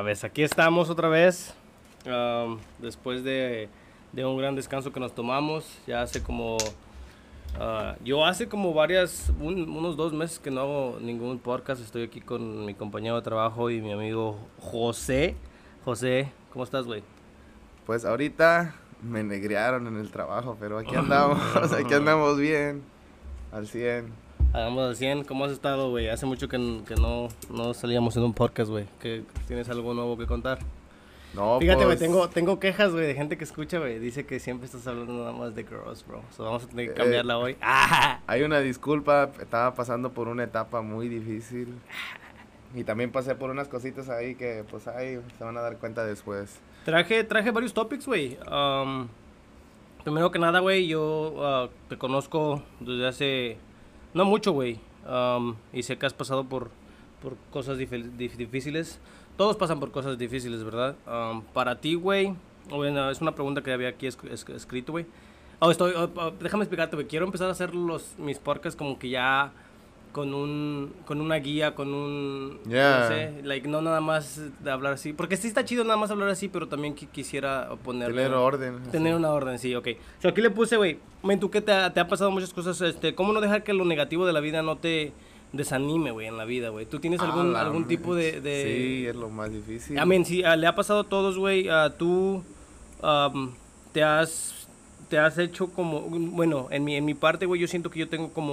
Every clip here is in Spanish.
vez, aquí estamos otra vez, después de un gran descanso que nos tomamos, ya hace como, yo hace como unos 2 meses que no hago ningún podcast, estoy aquí con mi compañero de trabajo y mi amigo José. José, ¿cómo estás, güey? Pues ahorita me negrearon en el trabajo, pero aquí andamos, aquí andamos bien, al 100. Hagamos al 100, ¿cómo has estado, güey? Hace mucho que no salíamos en un podcast, güey. ¿Tienes algo nuevo que contar? No, Fíjate, güey, pues tengo quejas, güey, de gente que escucha, güey. Dice que siempre estás hablando nada más de girls, bro. So vamos a tener que cambiarla hoy. ¡Ah! hay una disculpa, estaba pasando por una etapa muy difícil y también pasé por unas cositas ahí que pues ahí se van a dar cuenta después. Traje varios topics, güey. Primero que nada, güey, yo te conozco desde hace no mucho, güey. Y sé que has pasado por cosas difíciles. Todos pasan por cosas difíciles, ¿verdad? Para ti, güey, bueno, es una pregunta que había aquí escrito, güey. Déjame explicarte, güey. Quiero empezar a hacer mis podcasts como que ya con una guía, no Ya, sé, like, no nada más de hablar así, porque sí está chido nada más hablar así, pero también quisiera tener orden. tener una orden, sí, ok. So, aquí le puse, güey, tú que te ha pasado muchas cosas, ¿cómo no dejar que lo negativo de la vida no te desanime, güey, en la vida, güey? ¿Tú tienes algún tipo Sí, es lo más difícil. sí, le ha pasado a todos, güey, tú um, te has hecho como, bueno, en mi parte, güey, yo siento que yo tengo como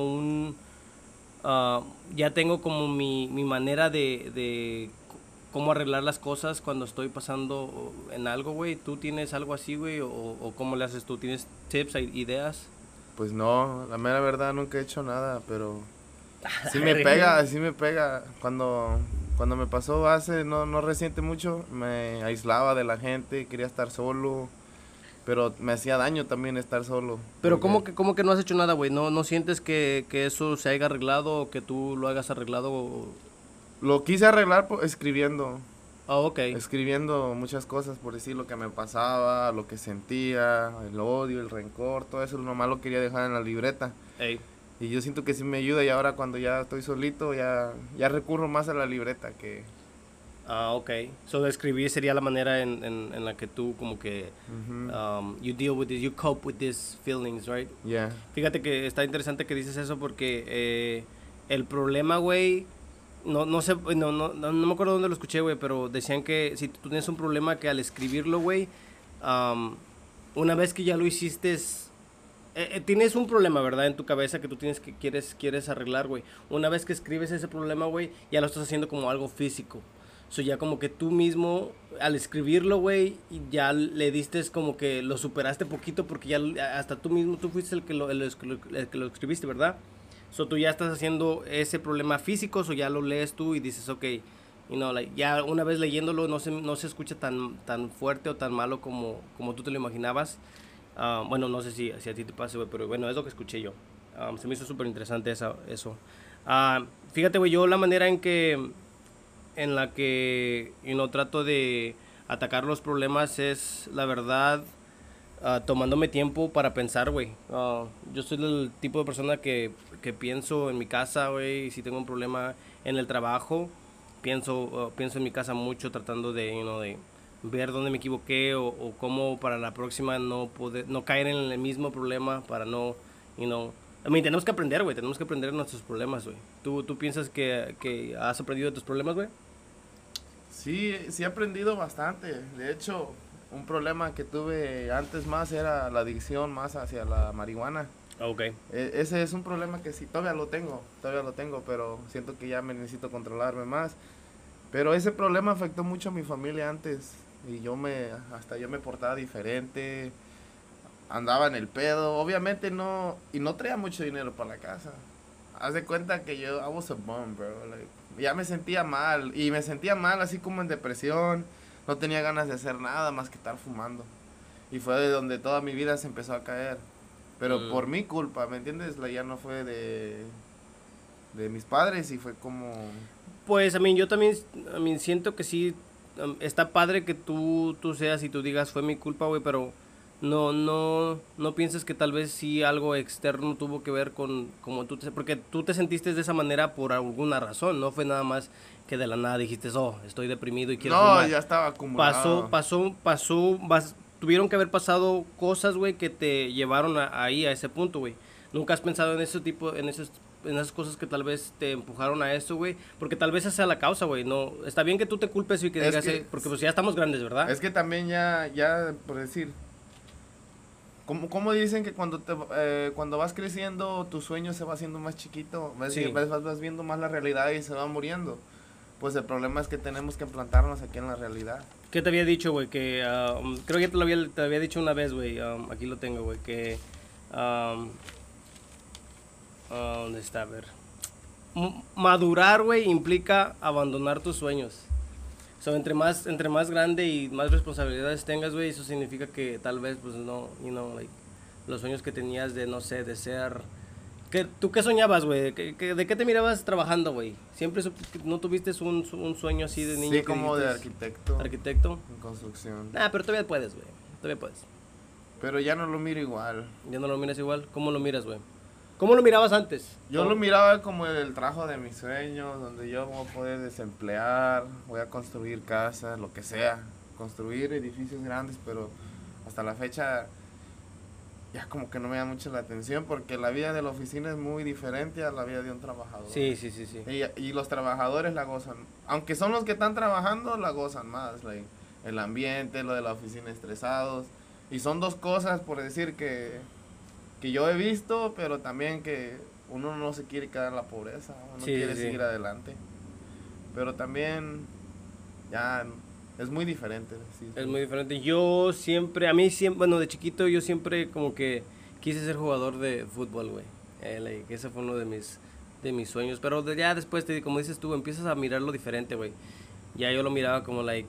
ya tengo como mi manera de cómo arreglar las cosas cuando estoy pasando en algo, güey. ¿Tú tienes algo así, güey? ¿O cómo le haces tú? ¿Tienes tips, ideas? Pues no, la mera verdad nunca he hecho nada, pero sí me pega. Cuando me pasó hace no reciente mucho, me aislaba de la gente, quería estar solo, pero me hacía daño también estar solo. Pero Porque cómo que no has hecho nada, güey? ¿No sientes que eso se haya arreglado o que tú lo hagas arreglado? lo quise arreglar escribiendo, Ah, ok. escribiendo muchas cosas, por decir lo que me pasaba, lo que sentía, el odio, el rencor, todo eso nomás lo quería dejar en la libreta. Ey. Y yo siento que sí me ayuda y ahora cuando ya estoy solito ya recurro más a la libreta que... Ah, ok. So, de escribir sería la manera en la que tú como que Ujú, you deal with this, you cope with these feelings, right? ya. Fíjate que está interesante que dices eso porque el problema, güey, no sé, no me acuerdo dónde lo escuché, güey, pero decían que si tú tienes un problema que al escribirlo, güey, una vez que ya lo hiciste, tienes un problema, ¿verdad? En tu cabeza que tú quieres arreglar, güey. Una vez que escribes ese problema, güey, ya lo estás haciendo como algo físico. So ya como que tú mismo, al escribirlo, güey, ya le diste como que lo superaste poquito porque ya hasta tú mismo, tú fuiste el que lo escribiste, ¿verdad? So tú ya estás haciendo ese problema físico, so ya lo lees tú y dices, ok, like, ya una vez leyéndolo no se escucha tan fuerte o tan malo como tú te lo imaginabas. Bueno, no sé si a ti te pasa, güey, pero bueno, es lo que escuché yo. Se me hizo súper interesante eso. Fíjate, güey, yo la manera en la que trato de atacar los problemas es, la verdad, tomándome tiempo para pensar, güey. Yo soy el tipo de persona que pienso en mi casa, güey, y si tengo un problema en el trabajo, pienso en mi casa mucho tratando de ver dónde me equivoqué o cómo para la próxima no caer en el mismo problema para no, tenemos que aprender, güey, tenemos que aprender de nuestros problemas, güey. ¿Tú piensas que has aprendido de tus problemas, güey? Sí, sí he aprendido bastante. De hecho, un problema que tuve antes más era la adicción más hacia la marihuana. Ok. Ese es un problema que sí, todavía lo tengo, pero siento que ya me necesito controlarme más. Pero ese problema afectó mucho a mi familia antes y hasta yo me portaba diferente, andaba en el pedo, obviamente no traía mucho dinero para la casa. Haz de cuenta que I was a bum, bro. Like, ya me sentía mal. Y me sentía mal así como en depresión. No tenía ganas de hacer nada más que estar fumando. Y fue de donde toda mi vida se empezó a caer. Pero por mi culpa, ¿me entiendes? Ya no fue de mis padres y fue como... Pues, yo también, siento que sí, está padre que tú seas y tú digas, fue mi culpa, güey, pero no piensas que tal vez sí algo externo tuvo que ver con como porque tú te sentiste de esa manera por alguna razón, no fue nada más que de la nada dijiste, oh, estoy deprimido y quiero No, fumar. ya estaba acumulado. Tuvieron que haber pasado cosas, güey, que te llevaron ahí, a ese punto, güey. Nunca has pensado en ese tipo, en esas cosas que tal vez te empujaron a eso, güey, porque tal vez esa sea la causa, güey. No, está bien que tú te culpes y que Es digas, que, porque pues ya estamos grandes, ¿verdad? es que también ya, por decir, ¿cómo dicen que cuando vas creciendo tu sueño se va haciendo más chiquito? Sí. Vas viendo más la realidad y se va muriendo. Pues el problema es que tenemos que plantarnos aquí en la realidad. ¿Qué te había dicho, güey? Que creo que te había dicho una vez, güey. Aquí lo tengo, güey. Que ¿dónde está? A ver. Madurar, güey, implica abandonar tus sueños. So, entre más grande y más responsabilidades tengas, güey, eso significa que tal vez, pues, no, like, los sueños que tenías de, no sé, de ser... ¿Tú qué soñabas, güey? ¿De qué te mirabas trabajando, güey? ¿Siempre no tuviste un sueño así de niño? Sí, que como de dijiste, arquitecto. ¿Arquitecto? En construcción. Nah, pero todavía puedes, güey. Todavía puedes. Pero ya no lo miro igual. ¿Ya no lo miras igual? ¿Cómo lo miras, güey? ¿Cómo lo mirabas antes? Yo lo miraba como el trabajo de mis sueños, donde yo voy a poder desemplear, voy a construir casas, lo que sea, construir edificios grandes, pero hasta la fecha ya como que no me da mucho la atención porque la vida de la oficina es muy diferente a la vida de un trabajador. Sí, sí, sí, sí. Y los trabajadores la gozan, aunque son los que están trabajando, la gozan más, el ambiente, lo de la oficina estresados, y son dos cosas por decir que yo he visto, pero también que uno no se quiere quedar en la pobreza, uno Sí, quiere sí. seguir adelante. Pero también ya es muy diferente. Sí, Es sí. muy diferente. Yo siempre, a mí siempre, bueno, de chiquito yo siempre como que quise ser jugador de fútbol, güey. Like, ese fue uno de mis sueños. Pero ya después, como dices tú, empiezas a mirarlo diferente, güey. Ya yo lo miraba como, like,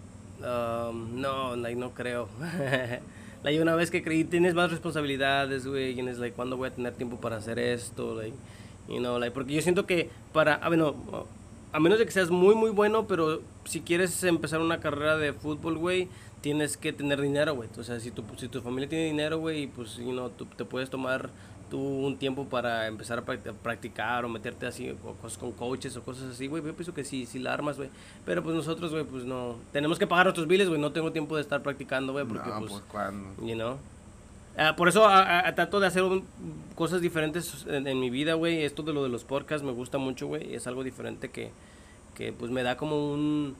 no, like, no creo. Like, una vez que creí, tienes más responsabilidades, güey. Tienes, like, ¿cuándo voy a tener tiempo para hacer esto? Like, like, porque yo siento que bueno, a menos de que seas muy, muy bueno, pero si quieres empezar una carrera de fútbol, güey, tienes que tener dinero, güey. O sea, si tu familia tiene dinero, güey, pues, tú te puedes tomar tú un tiempo para empezar a practicar o meterte así o cosas con coaches o cosas así, güey. Yo pienso que sí, sí la armas, güey. Pero pues nosotros, güey, pues no. Tenemos que pagar nuestros biles, güey. No tengo tiempo de estar practicando, güey, porque No, pues, cuando. you know. Por eso trato de hacer cosas diferentes en mi vida, güey. Esto de lo de los podcasts me gusta mucho, güey. Es algo diferente que pues me da como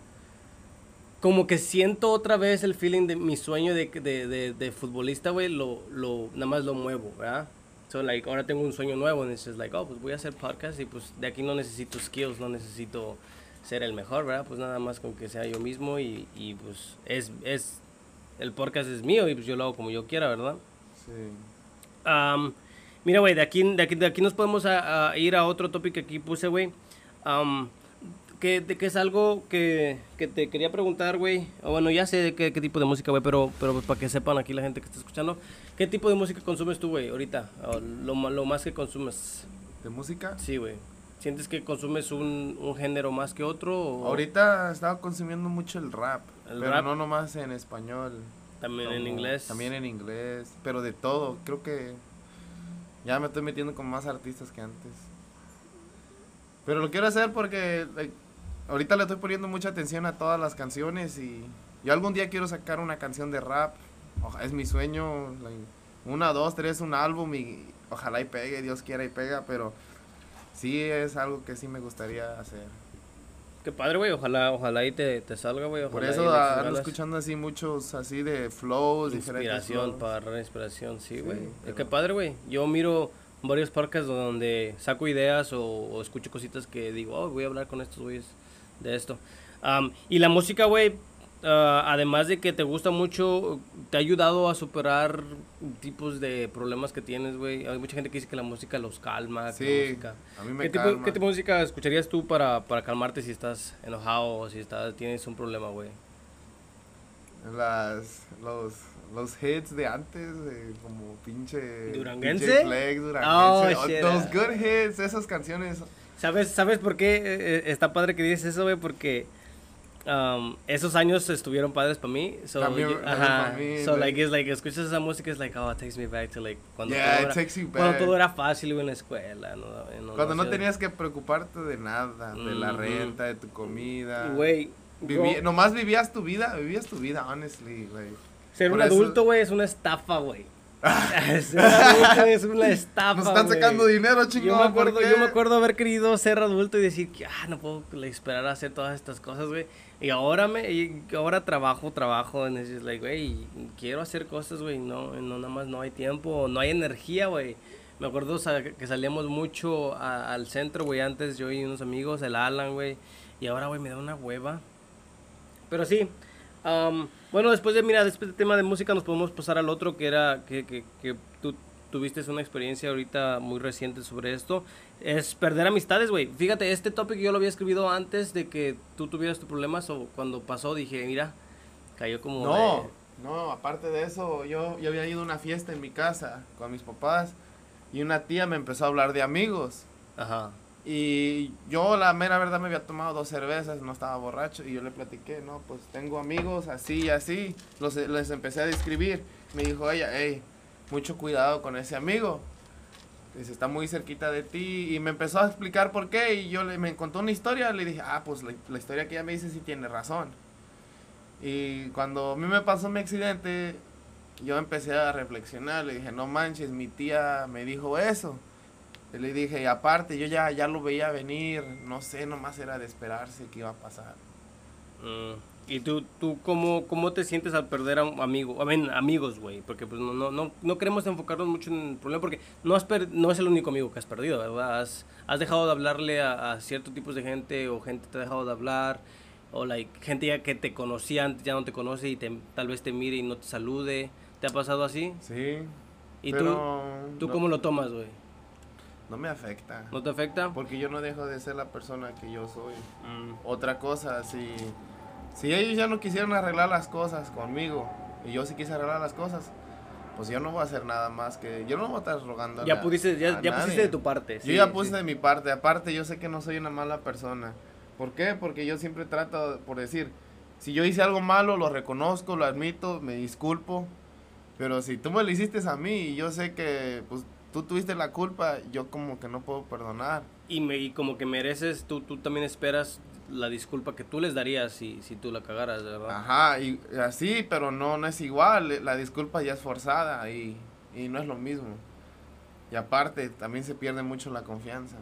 como que siento otra vez el feeling de mi sueño de futbolista, güey. Nada más lo muevo, ¿verdad? So, like, ahora tengo un sueño nuevo. Y es like, oh, pues voy a hacer podcast y pues de aquí no necesito skills, no necesito ser el mejor, ¿verdad? Pues nada más con que sea yo mismo y pues el podcast es mío y pues yo lo hago como yo quiera, ¿verdad? Sí. Mira, güey, de aquí nos podemos a ir a otro topic que aquí puse, güey. Que es algo que te quería preguntar, güey. Bueno, ya sé de qué tipo de música, güey, pero pues para que sepan aquí la gente que está escuchando. ¿Qué tipo de música consumes tú, güey, ahorita? Lo más que consumes. ¿De música? Sí, güey. ¿Sientes que consumes un género más que otro? Ahorita estaba consumiendo mucho el rap, pero rap? no nomás en español. También en inglés. También en inglés, pero de todo. Creo que ya me estoy metiendo con más artistas que antes. Pero lo quiero hacer porque ahorita le estoy poniendo mucha atención a todas las canciones y yo algún día quiero sacar una canción de rap. Es mi sueño, una, dos, tres, un álbum y ojalá y pegue, Dios quiera y pega, pero sí es algo que sí me gustaría hacer. Qué padre, güey. Ojalá y te salga, güey. Por eso ando escuchando así muchos así de flows, diferentes inspiración, flows. para agarrar inspiración, sí, güey. pero- Qué padre, güey. Yo miro varios podcasts donde saco ideas o escucho cositas que digo, oh, voy a hablar con estos güeyes de esto. Y la música, güey, además de que te gusta mucho, te ha ayudado a superar tipos de problemas que tienes, güey. Hay mucha gente que dice que la música los calma. Que la Sí, música... a mí me ¿Qué calma. tipo de música escucharías tú para calmarte si estás enojado o si tienes un problema, güey? Los hits de antes, como pinche ¿Duranguense? pinche Flex, Duranguense, Oh, shit. those good hits, esas canciones. ¿Sabes por qué está padre que dices eso, güey? Porque esos años estuvieron padres para mí. También para mí, So, like, it's like, escuchas esa música, es like, oh, it takes me back to, like, cuando, yeah, todo, it era, takes you cuando back. todo era fácil, güey, en la escuela, Cuando no sé. tenías que preocuparte de nada, de la Ujú. renta, de tu comida. Güey, Nomás vivías tu vida, honestly, like. ser Por un eso- adulto, güey, es una estafa, güey. Ser un adulto es una estafa, Nos están güey. sacando dinero, chingón. Yo me acuerdo haber querido ser adulto y decir que no puedo esperar a hacer todas estas cosas, güey. Y ahora trabajo, and it's just like, güey, quiero hacer cosas, güey, no, nada más no hay tiempo, no hay energía, güey. Me acuerdo que salíamos mucho al centro, güey, antes yo y unos amigos, el Alan, güey. Y ahora, güey, me da una hueva. Pero sí, bueno, después del tema de música nos podemos pasar al otro, que era que tú tuviste una experiencia ahorita muy reciente sobre esto. Es perder amistades, güey. Fíjate, este topic yo lo había escrito antes de que tú tuvieras tus problemas, o cuando pasó dije, mira, cayó como... No, aparte de eso, yo había ido a una fiesta en mi casa con mis papás y una tía me empezó a hablar de amigos. Ajá. Y yo, la mera verdad, me había tomado 2 cervezas, no estaba borracho, y yo le platiqué, no, pues tengo amigos así y así, les empecé a describir. Me dijo ella, hey, mucho cuidado con ese amigo, dice, está muy cerquita de ti, y me empezó a explicar por qué, y me contó una historia, le dije, pues la historia que ella me dice sí tiene razón. Y cuando a mí me pasó mi accidente, yo empecé a reflexionar, le dije, no manches, mi tía me dijo eso. Y le dije, y aparte, yo ya lo veía venir, no sé, nomás era de esperarse que iba a pasar. ¿Y tú cómo te sientes al perder a un amigo? Amigos, güey, porque pues no queremos enfocarnos mucho en el problema, porque no es el único amigo que has perdido, ¿verdad? Has dejado de hablarle a ciertos tipos de gente, o gente te ha dejado de hablar, o gente ya que te conocía antes ya no te conoce y tal vez te mire y no te salude. ¿Te ha pasado así? Sí. ¿Y pero tú no, cómo lo tomas, güey? No me afecta. ¿No te afecta? Porque yo no dejo de ser la persona que yo soy. Otra cosa, si ellos ya no quisieran arreglar las cosas conmigo y yo sí quise arreglar las cosas, pues yo no voy a hacer nada más que... Yo no voy a estar rogando Ya pusiste de tu parte. Yo ya puse de mi parte. Aparte, yo sé que no soy una mala persona. ¿Por qué? Porque yo siempre trato, por decir, si yo hice algo malo, lo reconozco, lo admito, me disculpo. Pero si tú me lo hiciste a mí y yo sé que pues tú tuviste la culpa, yo como que no puedo perdonar. Y como que mereces, tú también esperas la disculpa que tú les darías si tú la cagaras, ¿verdad? Ajá, y así, pero no es igual, la disculpa ya es forzada y no es lo mismo. Y aparte, también se pierde mucho la confianza.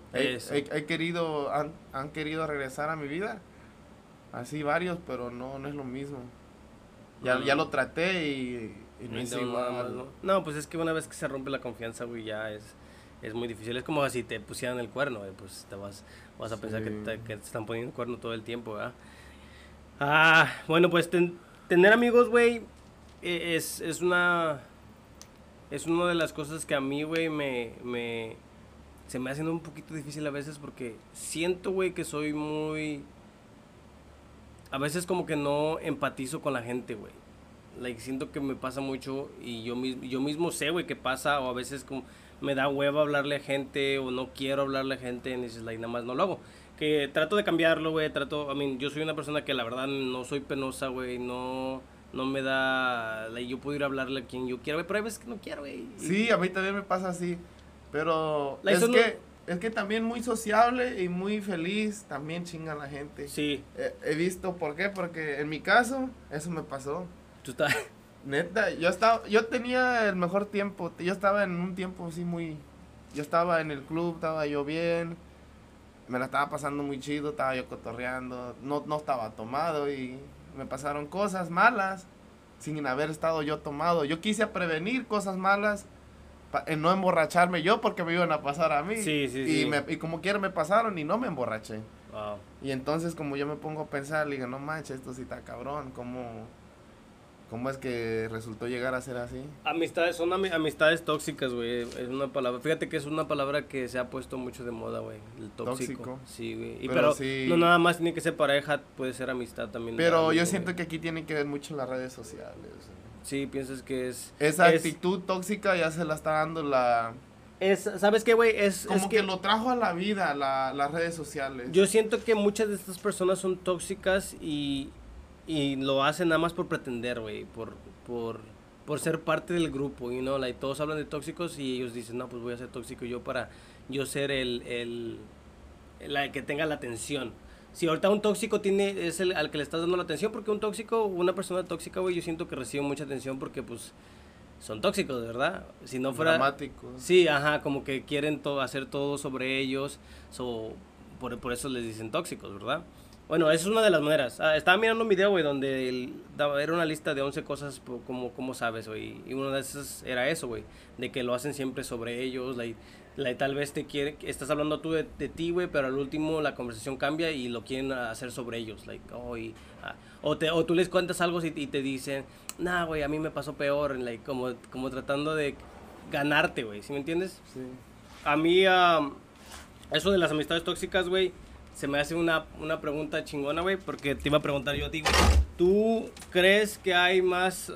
Han querido regresar a mi vida, así varios, pero no es lo mismo. Ya lo traté y no es igual. No, pues es que una vez que se rompe la confianza, güey, ya es muy difícil. Es como si te pusieran el cuerno, güey, pues vas a pensar que te están poniendo el cuerno todo el tiempo, ¿verdad? Bueno, pues tener amigos, güey, es una de las cosas que a mí, güey, se me hace un poquito difícil a veces, porque siento, güey, que soy muy... A veces como que no empatizo con la gente, güey. Like, siento que me pasa mucho y yo mismo sé, güey, que pasa, o a veces como me da hueva hablarle a gente, o no quiero hablarle a gente, y dices, like, nada más no lo hago. Que trato de cambiarlo, güey, yo soy una persona que la verdad no soy penosa, güey, no me da, like, yo puedo ir a hablarle a quien yo quiera, güey, pero hay veces que no quiero, güey. Sí, a mí también me pasa así, pero like, es que también muy sociable y muy feliz, también chinga la gente. Sí. He visto, ¿por qué? Porque en mi caso, eso me pasó. Tú estás... Neta, yo tenía el mejor tiempo, yo estaba en un tiempo así yo estaba en el club, estaba yo bien, me la estaba pasando muy chido, estaba yo cotorreando, no estaba tomado y me pasaron cosas malas sin haber estado yo tomado. Yo quise prevenir cosas malas, en no emborracharme yo porque me iban a pasar a mí. Sí. Y como quiera me pasaron y no me emborraché. Wow. Y entonces como yo me pongo a pensar, le digo, no manches, esto sí está cabrón, ¿Cómo es que resultó llegar a ser así? Son amistades tóxicas, güey. Es una palabra. Fíjate que es una palabra que se ha puesto mucho de moda, güey. El tóxico. Sí, güey. Pero sí, no nada más tiene que ser pareja, puede ser amistad también. Pero yo siento que aquí tiene que ver mucho las redes sociales. Sí, piensas que esa actitud tóxica ya se la está dando ¿Sabes qué, güey? Como que lo trajo a la vida las redes sociales. Yo siento que muchas de estas personas son tóxicas y lo hacen nada más por pretender, güey, por, por ser parte del grupo, you know, like, todos hablan de tóxicos y ellos dicen, no, pues voy a ser tóxico yo para yo ser el que tenga la atención. Si ahorita un tóxico es el al que le estás dando la atención, porque un tóxico, una persona tóxica, güey, yo siento que recibe mucha atención porque, pues, son tóxicos, ¿verdad? Si no fuera... Dramáticos. Sí, ajá, como que quieren hacer todo sobre ellos, por eso les dicen tóxicos, ¿verdad? Bueno, esa es una de las maneras. Estaba mirando un video, güey, donde era una lista de 11 cosas, como sabes, güey. Y una de esas era eso, güey, de que lo hacen siempre sobre ellos, tal vez estás hablando tú de ti, güey, pero al último la conversación cambia y lo quieren hacer sobre ellos, like, o tú les cuentas algo y te dicen, nah, güey, a mí me pasó peor, like, como tratando de ganarte, güey, ¿sí me entiendes? Sí. A mí, eso de las amistades tóxicas, güey, se me hace una pregunta chingona, güey, porque te iba a preguntar yo a ti, güey, ¿tú crees que hay más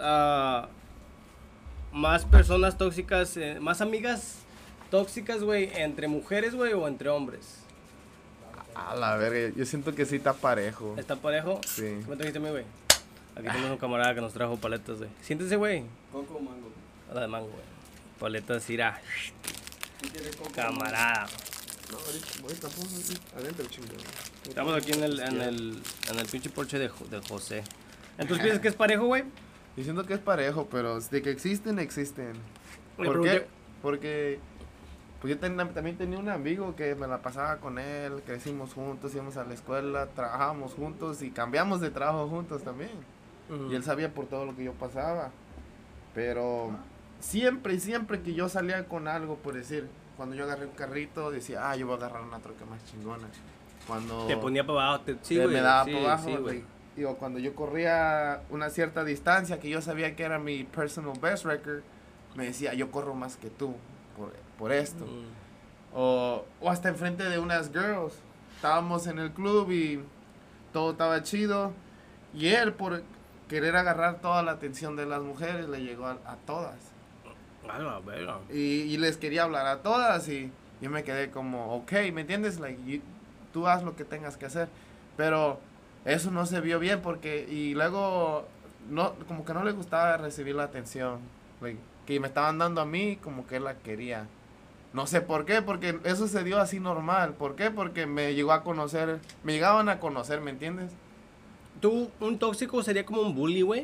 personas tóxicas, más amigas tóxicas, güey, entre mujeres, güey, o entre hombres? A la verga, yo siento que sí está parejo. ¿Está parejo? Sí. ¿Qué me trajiste a mí, güey? Aquí tenemos un camarada que nos trajo paletas, güey. Siéntese, güey. Coco o mango. La de mango, güey. Paletas, irá. ¿Quién quiere coco? Camarada. No, ahorita adentro, chingón. Estamos aquí en el pinche porche de José. Entonces, ¿piensas que es parejo, güey? Yo siento que es parejo, pero de que existen, existen. Oye, ¿Por pero qué? Porque pues yo también tenía un amigo que me la pasaba con él, crecimos juntos, íbamos a la escuela, trabajábamos juntos y cambiamos de trabajo juntos también. Y él sabía por todo lo que yo pasaba. Pero siempre que yo salía con algo, por decir, cuando yo agarré un carrito, decía, yo voy a agarrar una troca más chingona. Cuando te ponía para abajo, sí, güey. me daba Sí, para abajo, sí, güey. digo, cuando yo corría una cierta distancia, que yo sabía que era mi personal best record, me decía, yo corro más que tú, por esto. O hasta enfrente de unas girls. Estábamos en el club y todo estaba chido. Y él, por querer agarrar toda la atención de las mujeres, le llegó a todas. A la verga. Y les quería hablar a todas y yo me quedé como, ok, ¿me entiendes? Like, tú haz lo que tengas que hacer. Pero eso no se vio bien porque, y luego, no, como que no le gustaba recibir la atención. Like, que me estaban dando a mí como que él la quería. No sé por qué, porque eso se dio así normal. ¿Por qué? Porque me llegaban a conocer, ¿me entiendes? ¿Tú, un tóxico sería como un bully, güey?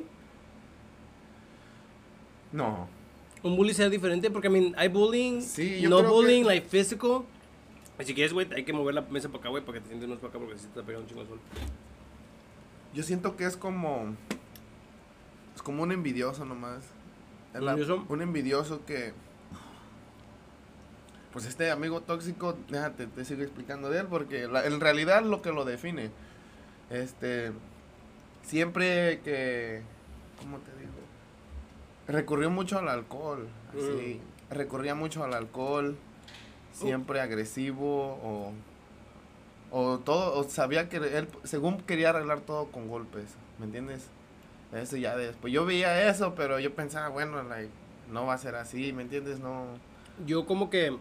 No. Un bully sería diferente porque, hay bullying, Sí, yo no creo bullying, que... like physical. Y si quieres, güey, hay que mover la mesa para acá, güey, para que te sientes más para acá porque si te está pegando un chingo de sol. Yo siento que es como un envidioso nomás. ¿Un envidioso? Un envidioso que... Pues este amigo tóxico, déjate, te sigo explicando de él porque en realidad lo que lo define. Siempre que... ¿Cómo te digo? Recurrió mucho al alcohol, así. Recurría mucho al alcohol, siempre agresivo o todo, o sabía que él, según quería arreglar todo con golpes, ¿me entiendes? Eso ya después, yo veía eso, pero yo pensaba, bueno, like, no va a ser así, ¿me entiendes? No. Yo como que,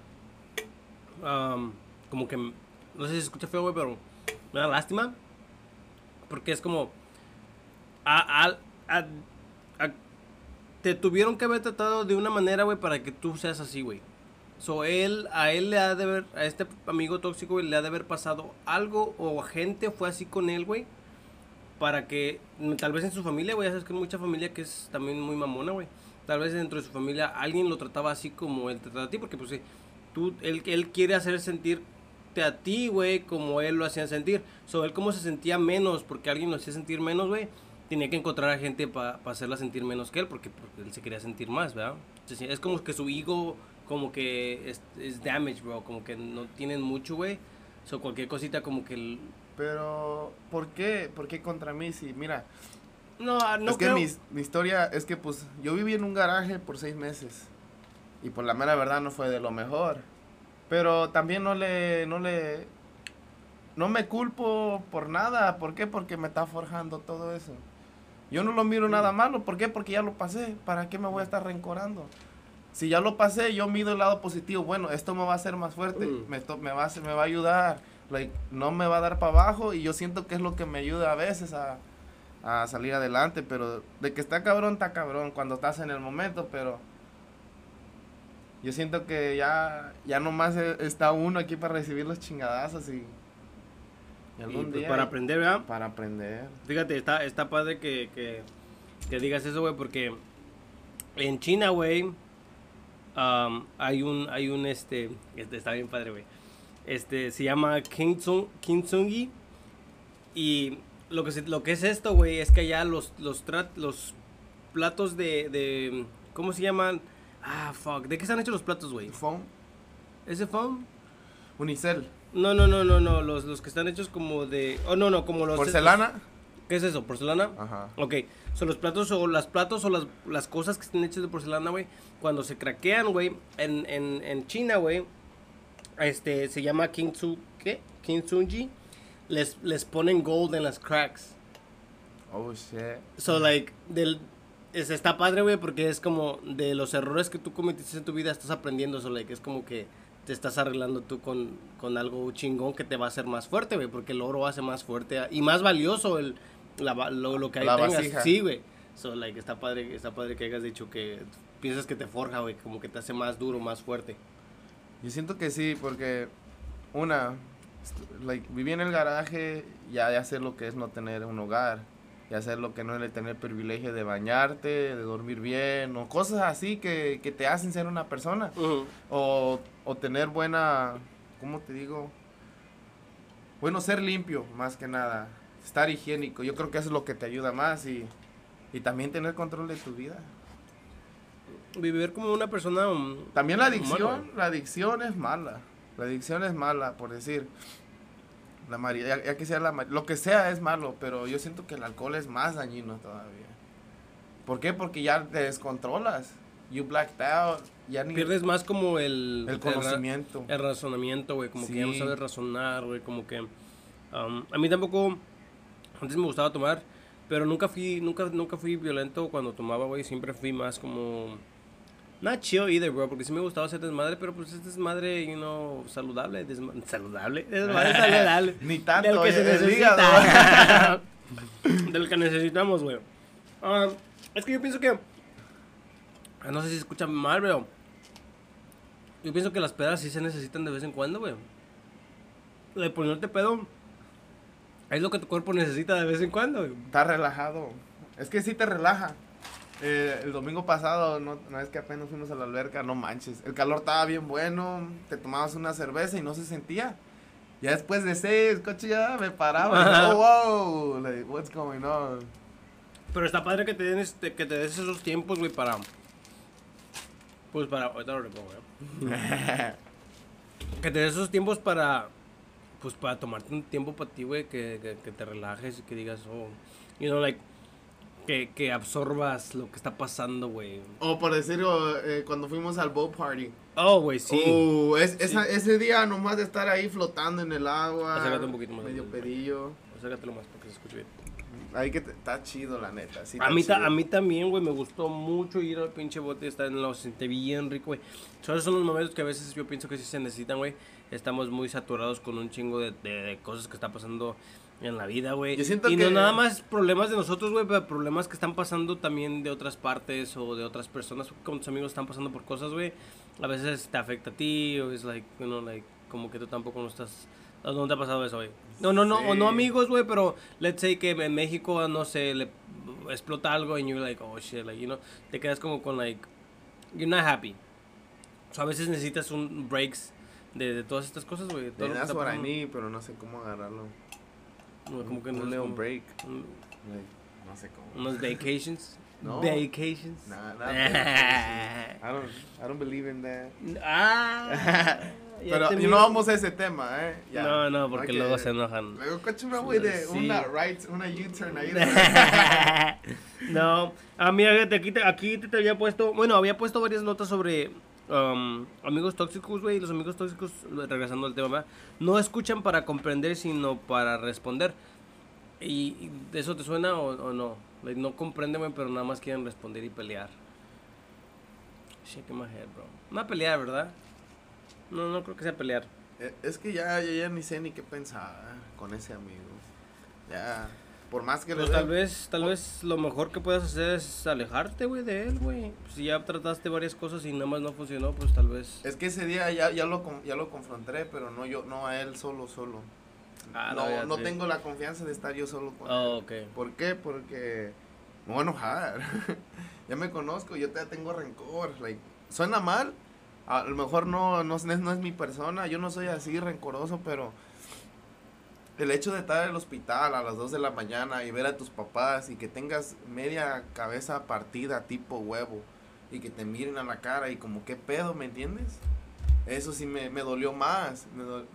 no sé si se escucha feo, güey, pero me da lástima. Porque es como, te tuvieron que haber tratado de una manera, güey, para que tú seas así, güey. A él le ha de haber, a este amigo tóxico, güey, le ha de haber pasado algo o gente fue así con él, güey. Para que, tal vez en su familia, güey, ya sabes que hay mucha familia que es también muy mamona, güey. Tal vez dentro de su familia alguien lo trataba así como él te trata a ti, porque pues él quiere hacer sentirte a ti, güey, como él lo hacía sentir. Él como se sentía menos, porque alguien lo hacía sentir menos, güey, tenía que encontrar a gente para hacerla sentir menos que él, porque él se quería sentir más, ¿verdad? Entonces, es como que su ego, como que es damage, bro, como que no tienen mucho, güey. Cualquier cosita como que... Pero, ¿por qué? ¿Por qué contra mí? Si, mira, No es creo... que mi historia es que, pues, yo viví en un garaje por 6 meses. Y por la mera verdad no fue de lo mejor. Pero también no me culpo por nada. ¿Por qué? Porque me está forjando todo eso. Yo no lo miro nada malo. ¿Por qué? Porque ya lo pasé. ¿Para qué me voy a estar rencorando? si ya lo pasé, yo mido el lado positivo. Bueno, esto me va a hacer más fuerte, me va a ayudar. Like, no me va a dar para abajo y yo siento que es lo que me ayuda a veces a salir adelante. Pero de que está cabrón cuando estás en el momento, pero yo siento que ya nomás está uno aquí para recibir los chingadazos y algún pues día. para aprender, ¿verdad? Para aprender. Fíjate, está padre que digas eso, güey, porque en China, güey, hay un está bien padre, güey. Se llama Kintsugi. Y lo que es esto, güey, es que allá los platos de ¿cómo se llaman? Fuck, ¿de qué están hechos los platos, güey? Foam. ¿Ese foam? Unicel. No, los que están hechos como de... Oh, no, como los... Porcelana. ¿Qué es eso? ¿Porcelana? Ajá. Ok, son los platos o las cosas que están hechas de porcelana, güey, cuando se craquean, güey, en China, güey, se llama Kintsugi, les ponen gold en las cracks. Oh, shit. So, like, está padre, güey, porque es como de los errores que tú cometiste en tu vida, estás aprendiendo, so, like, es como que te estás arreglando tú con algo chingón que te va a hacer más fuerte, güey, porque el oro hace más fuerte y más valioso lo que ahí La tengas. vasija. Sí, güey. So, like, está padre que hayas dicho que piensas que te forja, güey, como que te hace más duro, más fuerte. Yo siento que sí, porque viví en el garaje, ya sé lo que es no tener un hogar, ya sé lo que no es tener el privilegio de bañarte, de dormir bien, o cosas así que te hacen ser una persona, o tener buena, ¿cómo te digo? Bueno, ser limpio, más que nada, estar higiénico, yo creo que eso es lo que te ayuda más y también tener control de tu vida. Vivir como una persona... También la humano. adicción es mala. La adicción es mala, por decir. Ya que sea lo que sea es malo, pero yo siento que el alcohol es más dañino todavía. ¿Por qué? Porque ya te descontrolas. You blacked out. Ya ni Pierdes más como el conocimiento. El razonamiento, güey, como Sí. que ya no sabes razonar, güey, como que... a mí tampoco... Antes me gustaba tomar, pero nunca fui violento cuando tomaba, güey. Siempre fui más como... Not chill either, bro, porque sí me gustaba hacer desmadre, pero pues es desmadre, saludable, saludable, desmadre saludable. Ni tanto, del que se el necesita. Del que necesitamos, güey. Es que yo pienso que, no sé si se escucha mal, pero yo pienso que las pedas sí se necesitan de vez en cuando, güey. De ponerte pedo es lo que tu cuerpo necesita de vez en cuando, güey. Está relajado. Es que sí te relaja. El domingo pasado, no es que apenas fuimos a la alberca, no manches. El calor estaba bien bueno, te tomabas una cerveza y no se sentía. Ya después de 6, coche, ya me paraba. Y, wow, like, what's going on? Pero está padre que te des esos tiempos, güey, para... Pues para... Ahorita lo repongo, güey. Que te des esos tiempos para... Pues para tomarte un tiempo para ti, güey, que te relajes y que digas, like... Que absorbas lo que está pasando, güey. O por decirlo, cuando fuimos al boat party. Oh, güey, sí. Sí. Ese día nomás de estar ahí flotando en el agua. Acércate un poquito más. Medio pedillo. Acércatelo más para que se escuche bien. Ahí que está chido, la neta. Sí, A mí chido. también, güey, me gustó mucho ir al pinche bote, estar en lo senté bien rico, güey. Esos son los momentos que a veces yo pienso que sí se necesitan, güey. Estamos muy saturados con un chingo de cosas que está pasando en la vida, güey. Yo siento y que... no nada más problemas de nosotros, güey, pero problemas que están pasando también de otras partes o de otras personas. Con tus amigos están pasando por cosas, güey. A veces te afecta a ti o es like, como que tú tampoco no estás... ¿No te ha pasado eso, güey? No, Sí. o no amigos, güey, pero let's say que en México, no sé, le explota algo y you're like, oh shit, like, te quedas como con like, you're not happy. So, a veces necesitas un breaks de todas estas cosas, güey. todo lo que That's está what I pasando. need, pero no sé cómo agarrarlo. Como que un no es little como- break. un- Like, no sé cómo. unos vacations. No. Vacations. Nah, I don't believe in that. Ya Pero te y miro. no vamos a ese tema, Ya. No, porque Hay luego que- se enojan. Luego, coche, me voy de Sí. una U-turn ahí. No, mira, fíjate, aquí te había puesto, bueno, había puesto varias notas sobre amigos tóxicos, güey. Los amigos tóxicos, regresando al tema, ¿verdad? No escuchan para comprender, sino para responder. ¿Y eso te suena o no? Like, no comprenden, güey, pero nada más quieren responder y pelear. Shake my head, bro. No a pelear, ¿verdad? No, no creo que sea pelear. Es que ya ni sé ni qué pensar con ese amigo. Ya, por más que Pues le tal vez lo mejor que puedas hacer es alejarte, güey, de él, güey. Si ya trataste varias cosas y nada más no funcionó, pues tal vez... Es que ese día ya lo confronté, pero no a él solo. Ah, No tengo la confianza de estar yo solo con él. Oh, ok. ¿Por qué? Porque me voy a enojar. Ya me conozco, yo todavía tengo rencor. Like, suena mal, a lo mejor no es mi persona, yo no soy así rencoroso, pero el hecho de estar en el hospital a las 2 de la mañana y ver a tus papás y que tengas media cabeza partida tipo huevo y que te miren a la cara y como qué pedo, ¿me entiendes? Eso sí me dolió más,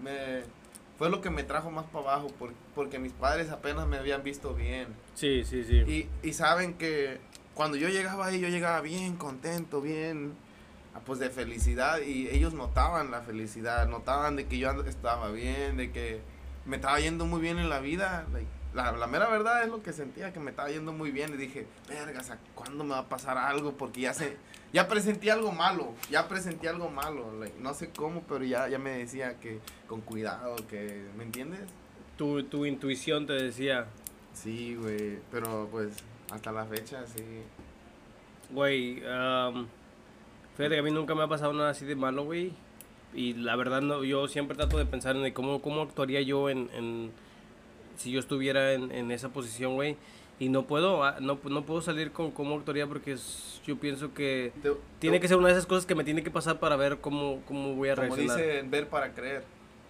fue lo que me trajo más para abajo porque mis padres apenas me habían visto bien. Sí, sí, sí. Y saben que cuando yo llegaba ahí, yo llegaba bien contento, bien, pues de felicidad. Y ellos notaban la felicidad, notaban de que yo estaba bien, de que me estaba yendo muy bien en la vida. Like, la mera verdad es lo que sentía, que me estaba yendo muy bien. Y dije, vergas, ¿cuándo me va a pasar algo? Porque ya presentí algo malo, like, no sé cómo, pero ya me decía que con cuidado, que, ¿me entiendes? Tu intuición te decía, Sí, güey, pero pues hasta la fecha, sí. güey, fíjate que a mí nunca me ha pasado nada así de malo, güey. Y la verdad, no, yo siempre trato de pensar en cómo actuaría yo si yo estuviera en esa posición, güey. Y no puedo, no puedo salir con cómo actuaría porque yo pienso que tiene que ser una de esas cosas que me tiene que pasar para ver cómo voy a Como reaccionar. dicen, ver para creer.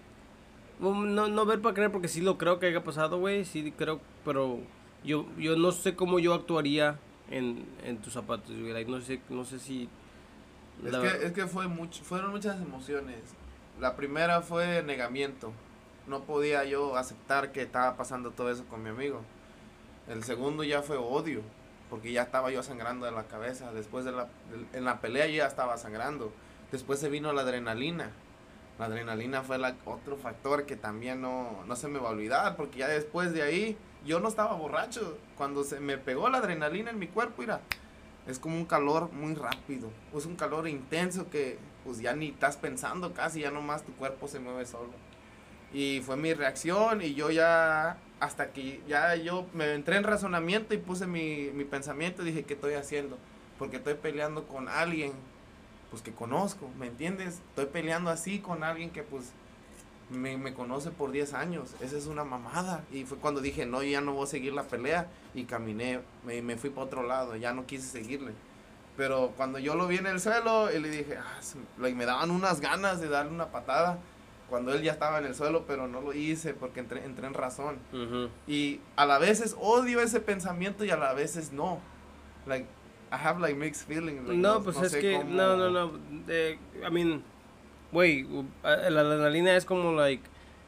No ver para creer porque sí lo creo que haya pasado, güey, sí creo, pero yo no sé cómo yo actuaría en tus zapatos, güey, like, no sé si... Es que fueron muchas emociones. La primera fue negamiento. No podía yo aceptar que estaba pasando todo eso con mi amigo. El segundo ya fue odio, porque ya estaba yo sangrando de la cabeza. Después en la pelea yo ya estaba sangrando. Después se vino la adrenalina. La adrenalina fue otro factor que también no se me va a olvidar, porque ya después de ahí yo no estaba borracho. Cuando se me pegó la adrenalina en mi cuerpo, mira, es como un calor muy rápido, es un calor intenso que pues ya ni estás pensando casi, ya nomás tu cuerpo se mueve solo. Y fue mi reacción y yo ya, hasta que ya yo me entré en razonamiento y puse mi pensamiento y dije, ¿qué estoy haciendo? Porque estoy peleando con alguien pues que conozco, ¿me entiendes? Estoy peleando así con alguien que pues me conoce por 10 años, esa es una mamada. Y fue cuando dije, no, yo ya no voy a seguir la pelea y caminé, me fui para otro lado, ya no quise seguirle. Pero cuando yo lo vi en el suelo, y le dije, me daban unas ganas de darle una patada cuando él ya estaba en el suelo, pero no lo hice porque entré en razón. Uh-huh. Y a la vez odio ese pensamiento y a la vez no. Like, I have like mixed feelings. Like, no, pues es que, cómo... no. I mean, güey, la adrenalina es como, like,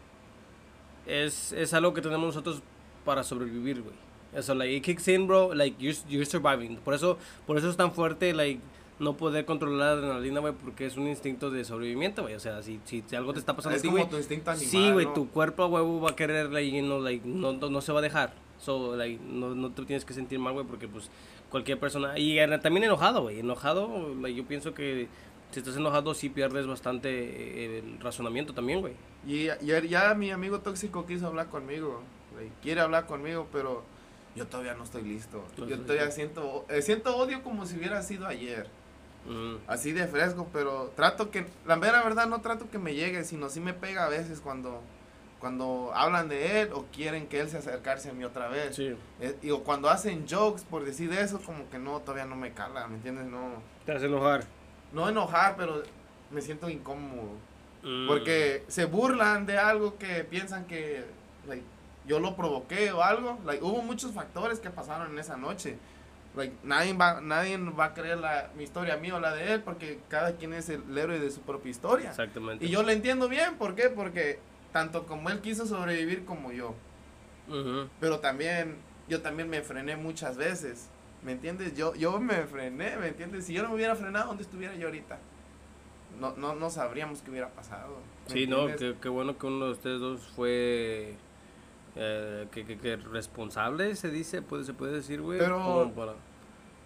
es algo que tenemos nosotros para sobrevivir, güey. Eso, like, it kicks in, bro, like, you're surviving. Por eso es tan fuerte, like, no poder controlar la adrenalina, güey, porque es un instinto de sobrevivimiento, güey. O sea, si algo te está pasando a ti, güey. Es como tu instinto animal, sí, güey, ¿no? tu cuerpo, güey, va a querer, like, no se va a dejar. So, like, no te tienes que sentir mal, güey, porque, pues, cualquier persona... Y también enojado, güey. Enojado, like, yo pienso que si estás enojado sí pierdes bastante el razonamiento también, güey. Y ya mi amigo tóxico quiso hablar conmigo. Like, quiere hablar conmigo, pero yo todavía no estoy listo. Yo todavía siento odio como si hubiera sido ayer. Así de fresco, pero la mera verdad no trato que me llegue, sino sí me pega a veces cuando hablan de él o quieren que él se acercarse a mí otra vez. Sí. O cuando hacen jokes por decir eso, como que no, todavía no me cala, ¿me entiendes? No. Te hace enojar. No enojar, pero me siento incómodo. Porque se burlan de algo que piensan que like, yo lo provoqué o algo. Like, hubo muchos factores que pasaron en esa noche. Like, nadie va a creer mi historia mía o la de él, porque cada quien es el héroe de su propia historia. Exactamente. Y yo lo entiendo bien, ¿por qué? Porque tanto como él quiso sobrevivir como yo. Pero yo también me frené muchas veces, ¿me entiendes? Yo me frené, ¿me entiendes? Si yo no me hubiera frenado, ¿dónde estuviera yo ahorita? No sabríamos qué hubiera pasado. Sí, qué bueno que uno de ustedes dos fue que responsable, se puede decir, güey. Pero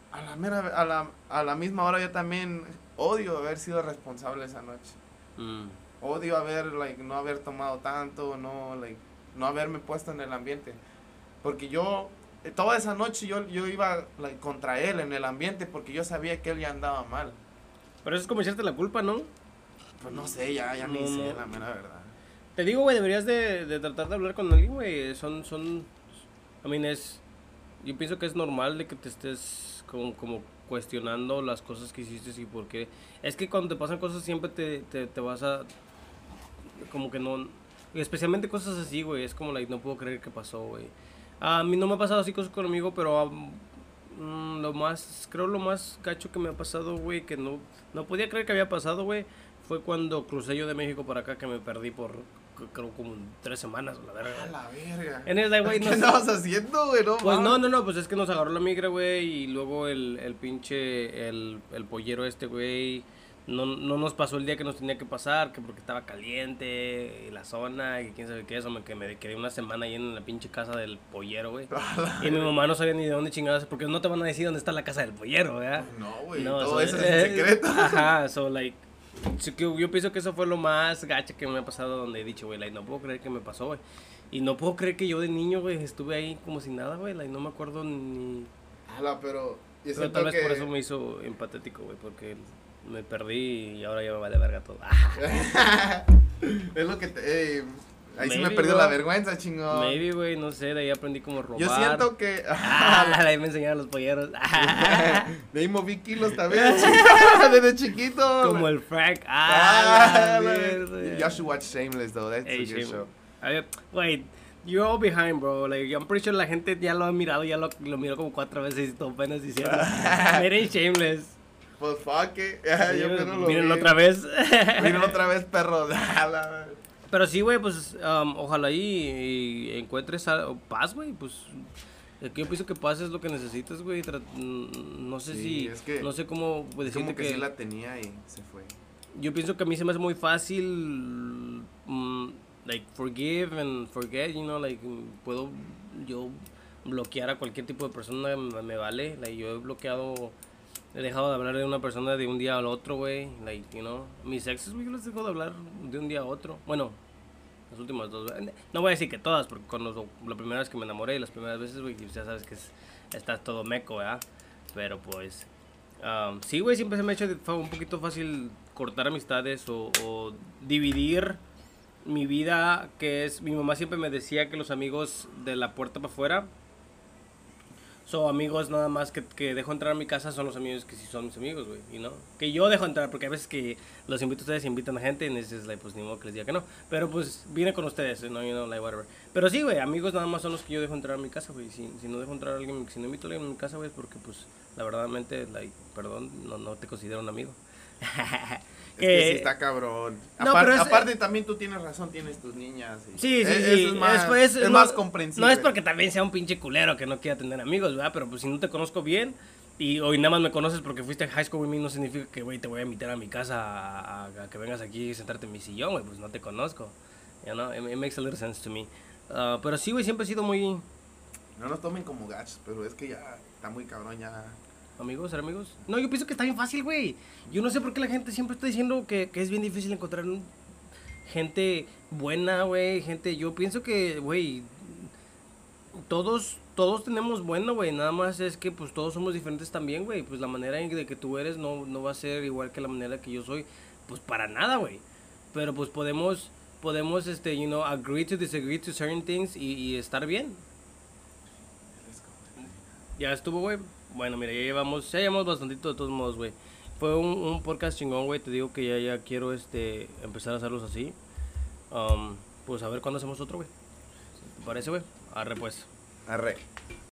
a la misma hora yo también odio haber sido responsable esa noche. Odio no haber tomado tanto, no haberme puesto en el ambiente. Porque yo, toda esa noche yo iba contra él en el ambiente porque yo sabía que él ya andaba mal. Pero eso es como echarte la culpa, ¿no? Pues no sé, ya ni sé, la mera verdad. Te digo, güey, deberías de tratar de hablar con alguien, güey. Yo pienso que es normal de que te estés como cuestionando las cosas que hiciste y por qué. Es que cuando te pasan cosas siempre te vas a, como que no, especialmente cosas así, güey. Es como, no puedo creer que pasó, güey. A mí no me ha pasado así cosas conmigo, pero lo más gacho que me ha pasado, güey, que no podía creer que había pasado, güey, fue cuando crucé yo de México para acá, que me perdí por, creo, como 3 semanas, la verga. A la verga. Güey, ¿Qué andabas haciendo, güey? Pues no, pues es que nos agarró la migra, güey, y luego el pinche, el pollero güey, no nos pasó el día que nos tenía que pasar, que porque estaba caliente, y la zona, y quién sabe qué, eso, que me quedé una semana ahí en la pinche casa del pollero, güey. Y mi mamá no sabía ni de dónde chingadas, porque no te van a decir dónde está la casa del pollero, ¿verdad? No, güey, todo eso es en secreto. Ajá, yo pienso que eso fue lo más gacha que me ha pasado, donde he dicho, güey, no puedo creer que me pasó, güey. Y no puedo creer que yo de niño, güey, estuve ahí como si nada, güey, no me acuerdo ni... Pero tal vez por eso me hizo empatético, güey, porque me perdí y ahora ya me vale verga todo. Es lo que ahí sí Maybe, me perdió bro. la vergüenza, chingón. Maybe, güey, no sé, de ahí aprendí cómo robar. Yo siento que... de ahí me enseñaron los polleros. De ahí moví kilos también, desde chiquito. Como el Frank. You should watch Shameless, though. That's a good show. Wait, you're all behind, bro. I'm pretty sure la gente ya lo ha mirado, ya lo miró como 4 veces y todo apenas diciendo. Miren Shameless. Pues fuck it. Yo apenas lo vi. Mírenlo otra vez. Mírenlo otra vez, perro. Pero sí, güey, pues ojalá y encuentres paz, güey, pues yo pienso que paz es lo que necesitas, güey. No sé es que no sé cómo decirte como que sí la tenía y se fue. Yo pienso que a mí se me hace muy fácil, forgive and forget, puedo yo bloquear a cualquier tipo de persona, me vale, yo he dejado de hablar de una persona de un día al otro, güey, mis exes, güey, yo les dejo de hablar de un día a otro, bueno, las últimas 2 veces, no voy a decir que todas, porque la primera vez que me enamoré, las primeras veces, güey, ya sabes que está todo meco, ¿verdad? Pero pues, sí, güey, siempre se me ha hecho un poquito fácil cortar amistades o dividir mi vida, mi mamá siempre me decía que los amigos de la puerta para afuera son amigos nada más que dejo entrar a mi casa, son los amigos que sí son mis amigos, güey, que yo dejo entrar, porque a veces que los invito a ustedes, invitan a gente y dices, pues ni modo que les diga que no, pero pues vine con ustedes, whatever, pero sí, güey, amigos nada más son los que yo dejo entrar a mi casa, güey, si no dejo entrar a alguien, si no invito a alguien a mi casa, güey, es porque pues, la verdadmente, perdón, no te considero un amigo. Es que sí está cabrón. No, aparte también tú tienes razón, tienes tus niñas. Sí. Es más comprensible. No es porque también sea un pinche culero que no quiera tener amigos, ¿verdad? Pero pues si no te conozco bien y hoy nada más me conoces porque fuiste a high school with me, no significa que, güey, te voy a invitar a mi casa a que vengas aquí y sentarte en mi sillón, güey, pues no te conozco. You know, it makes a little sense to me. Pero sí, güey, siempre he sido muy... No nos tomen como gachos, pero es que ya está muy cabrón ya. ¿Amigos? ¿Ser amigos? No, yo pienso que está bien fácil, güey. Yo no sé por qué la gente siempre está diciendo que es bien difícil encontrar gente buena, güey. Yo pienso que, güey, todos tenemos bueno, güey. Nada más es que, pues, todos somos diferentes también, güey. Pues la manera en que tú eres no va a ser igual que la manera que yo soy. Pues para nada, güey. Pero, pues, podemos, agree to disagree to certain things y estar bien. Ya estuvo, güey. Bueno, mira, ya llevamos bastantito de todos modos, güey. Fue un podcast chingón, güey. Te digo que ya quiero empezar a hacerlos así. Pues a ver cuándo hacemos otro, güey. ¿Te parece, güey? Arre, pues. Arre.